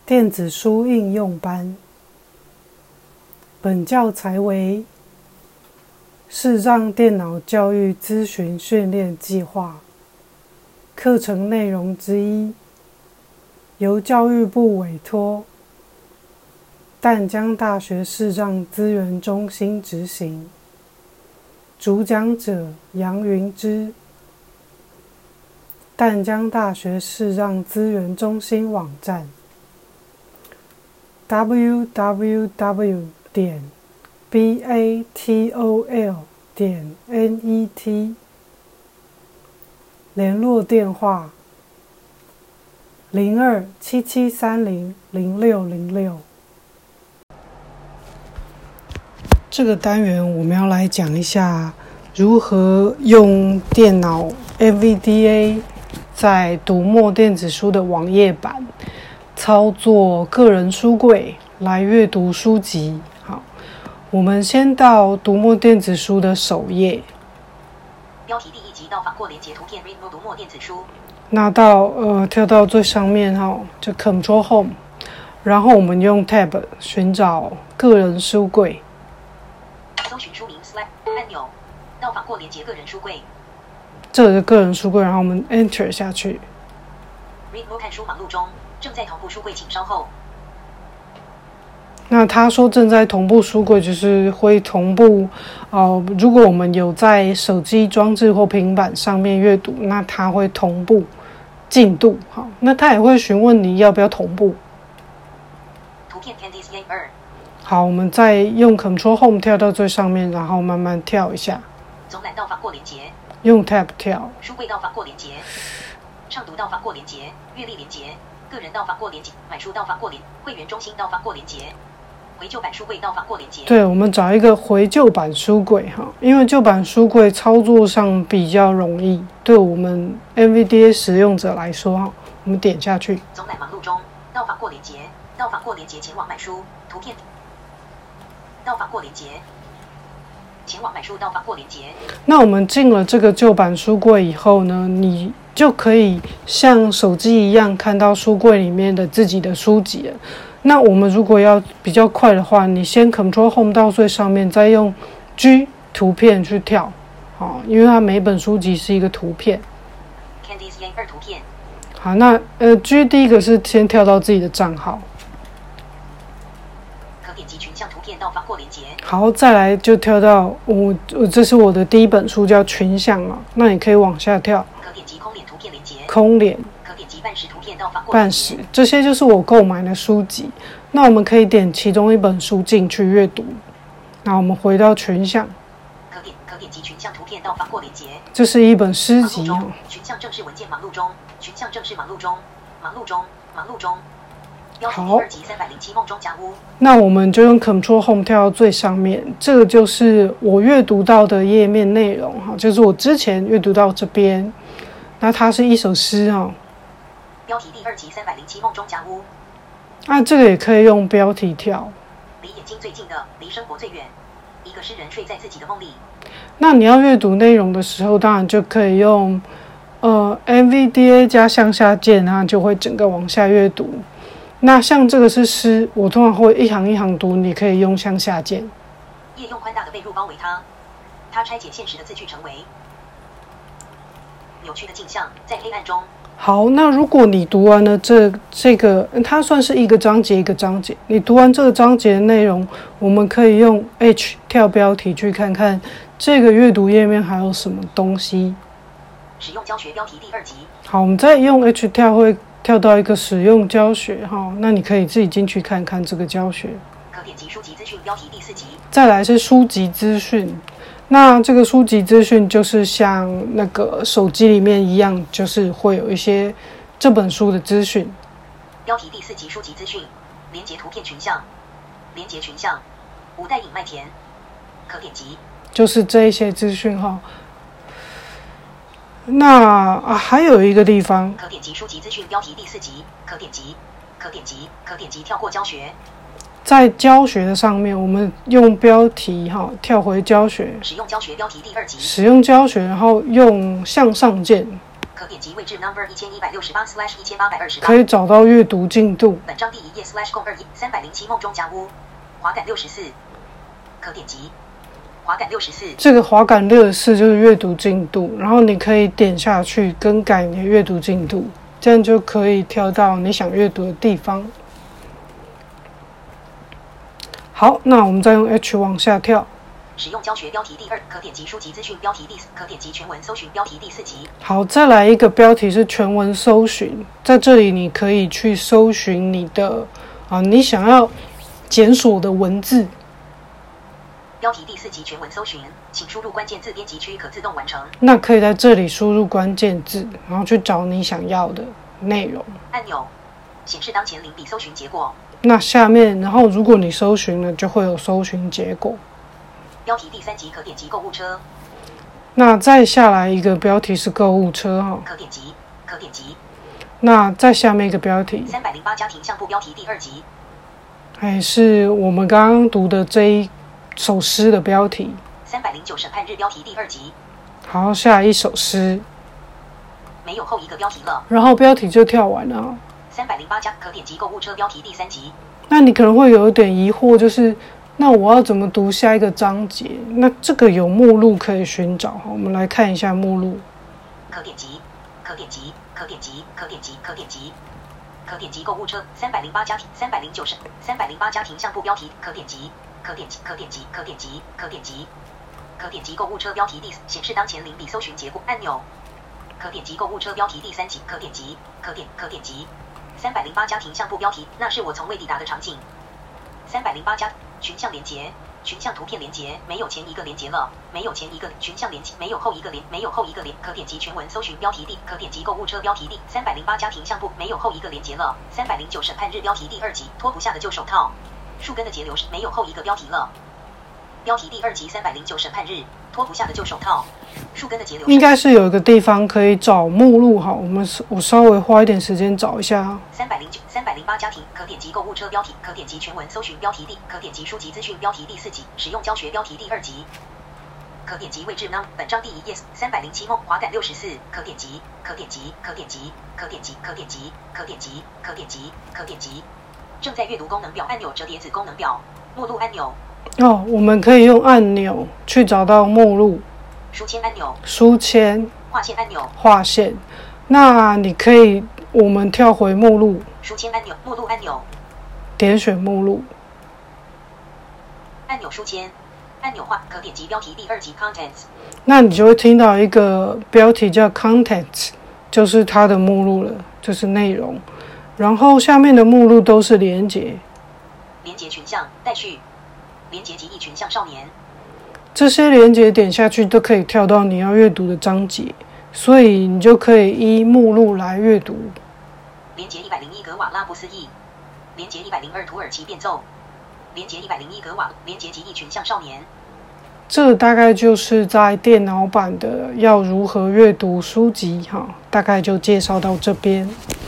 电子书应用班。本教材为视障电脑教育咨询训练计划课程内容之一，由教育部委托淡江大学视障资源中心执行。主讲者杨云芝。淡江大学视障资源中心网站 www.batol.net 联络电话02-7730-0606。这个单元我们要来讲一下如何用电脑 NVDA 在读墨电子书的网页版操作个人书柜来阅读书籍。好，我们先到读墨电子书的首页， 标题第一集到访过连结图片 Readmo 读墨电子书。 那到跳到最上面就 Control Home， 然后我们用 Tab 寻找个人书柜， 搜寻书名 Slash 按钮，到访过连结个人书柜。 这是个人书柜，然后我们 Enter 下去。 Readmo 看书忙碌中，正在同步书柜，请稍后。 那他说正在同步书柜，就是会同步如果我们有在手机装置或平板上面阅读，那它会同步进度。好，那他也会询问你要不要同步。 图片 Candice A2。 好，我们再用 Control Home 跳到最上面，然后慢慢跳一下。 总览到访过连结。 用 Tab 跳。 书柜到访过连结。畅读到访过连结。阅历连结。个人到访过连结。买书到访过连。会员中心到访过连结。回旧版书柜到访过连结。对，我们找一个回旧版书柜因为旧版书柜操作上比较容易，对我们 NVDA 使用者来说我们点下去。 总览忙碌中，到访过连结，到访过连结前往买书，图片，到访过连结，前往买书，到访过连结。那我们进了这个旧版书柜以后呢，你就可以像手机一样看到书柜里面的自己的书籍了。那我们如果要比较快的话，你先 Control Home 到最上面，再用 G 图片去跳，因为它每本书籍是一个图片。 Candice A2 图片。 好，那G 第一个是先跳到自己的账号， 可点击群像图片到访过连结。 好，再来就跳到这是我的第一本书叫群像那你可以往下跳。 可点击空脸图片连结。 空脸。 可点击半时图片到访过连结。 半时，这些就是我购买的书籍。那我们可以点其中一本书进去阅读。那我们回到群像。 可点击群像图片到访过连结。 这是一本诗集群像正式文件忙碌中。群像正式忙碌中。忙碌中。忙碌中。标题第2集307梦中家屋。 那我们就用 Control Home 跳到最上面，这个就是我阅读到的页面内容就是我之前阅读到这边。那它是一首诗标题第2集307梦中家屋。 这个也可以用标题跳。 离眼睛最近的，离生活最远。一个诗人睡在自己的梦里。 那你要阅读内容的时候，当然就可以用NVDA 加向下键，然后就会整个往下阅读。那像这个是诗，我通常会一行一行读，你可以用向下键。 夜用宽大的被褥包围它，它拆解现实的字句成为有趣的镜像，在黑暗中。 好，那如果你读完了这个，它算是一个章节一个章节。你读完这个章节的内容，我们可以用 H 跳标题去看看这个阅读页面还有什么东西。 使用教学标题第2集。 好，我们再用 H 跳会跳到一个使用教学那你可以自己进去看看这个教学。 可点击书籍资讯标题第4集。 再来是书籍资讯。那这个书籍资讯就是像那个手机里面一样，就是会有一些这本书的资讯。 标题第4集书籍资讯，连结图片群像，连结群像，无带影麦田，可点击。就是这一些资讯那还有一个地方， 可点击书籍资讯标题第4集，可点击跳过教学。 在教学的上面，我们用标题跳回教学， 使用教学标题第2集， 使用教学，然后用向上键， 可点击位置 number 1168/1828。 可以找到阅读进度。 本章第1页共21-307梦中家屋，滑杆64，可点击滑杆64。 这个滑杆64就是阅读进度，然后你可以点下去更改你的阅读进度，这样就可以跳到你想阅读的地方。好，那我们再用 H 往下跳。 使用教学标题第2，可点击书籍资讯标题第4，可点击全文搜寻标题第4集。 好，再来一个标题是全文搜寻，在这里你可以去搜寻你的你想要检索的文字。 标题第4集全文搜寻，请输入关键字，编辑区可自动完成。 那可以在这里输入关键字，然后去找你想要的内容。 按钮显示当前零笔搜寻结果。 那下面，然后如果你搜寻了，就会有搜寻结果。 标题第3集可点击购物车。 那再下来一个标题是购物车可点击，可点击。 那再下面一个标题 308家庭相簿标题第2集。 是我们刚刚读的这一首诗的标题。 309审判日标题第2集。 好，下一首诗。 没有后一个标题了。 然后标题就跳完了。 308家可点击购物车标题第3集。 那你可能会有一点疑惑，就是那我要怎么读下一个章节？那这个有目录可以寻找，我们来看一下目录。 可点击，可点击，可点击，可点击，可点击，可点击购物车308家庭309审308家庭相簿标题可点击，可点击，可点击，可点击，可点击，可点击购物车标题第4显示当前零笔搜寻结果按钮。可点击购物车标题第3集可点击，可点击308家庭相簿标题，那是我从未抵达的场景。308家群项连结，群项图片连结，没有前一个连结了，没有前一个群项连结，没有后一个连，没有后一个连，可点击全文搜寻标题第，可点击购物车标题第308家庭相簿，没有后一个连结了。309审判日标题第2集，脱不下的旧手套，树根的节流是没有后一个标题了。标题第2集309审判日，脱不下的旧手套，树根的节流应该是有一个地方可以找目录。好，我稍微花一点时间找一下。 308家庭可点击购物车标题，可点击全文搜寻标题第，可点击书籍资讯标题第4集，使用教学标题第2集。可点击位置呢？本章第1页307梦滑杆64，可点击，可点击，可点击，可点击，可点击，可点击，可点击，可点击。正在阅读功能表按钮折叠子功能表，目录按钮。 我们可以用按钮去找到目录。 书签按钮。 书签。 划线按钮。 划线。那你可以，我们跳回目录。 书签按钮，目录按钮。 点选目录。 按钮书签。按钮划，可点击标题第2集 Contents。 那你就会听到一个标题叫 Contents， 就是它的目录了，就是内容。然后下面的目录都是连结。 连结群项，待续。连结及一群项少年， 这些连结点下去都可以跳到你要阅读的章节，所以你就可以依目录来阅读。 连结101格瓦拉布斯译，连结102土耳其变奏，连结101格瓦，连结及一群项少年。 这大概就是在电脑版的要如何阅读书籍，大概就介绍到这边。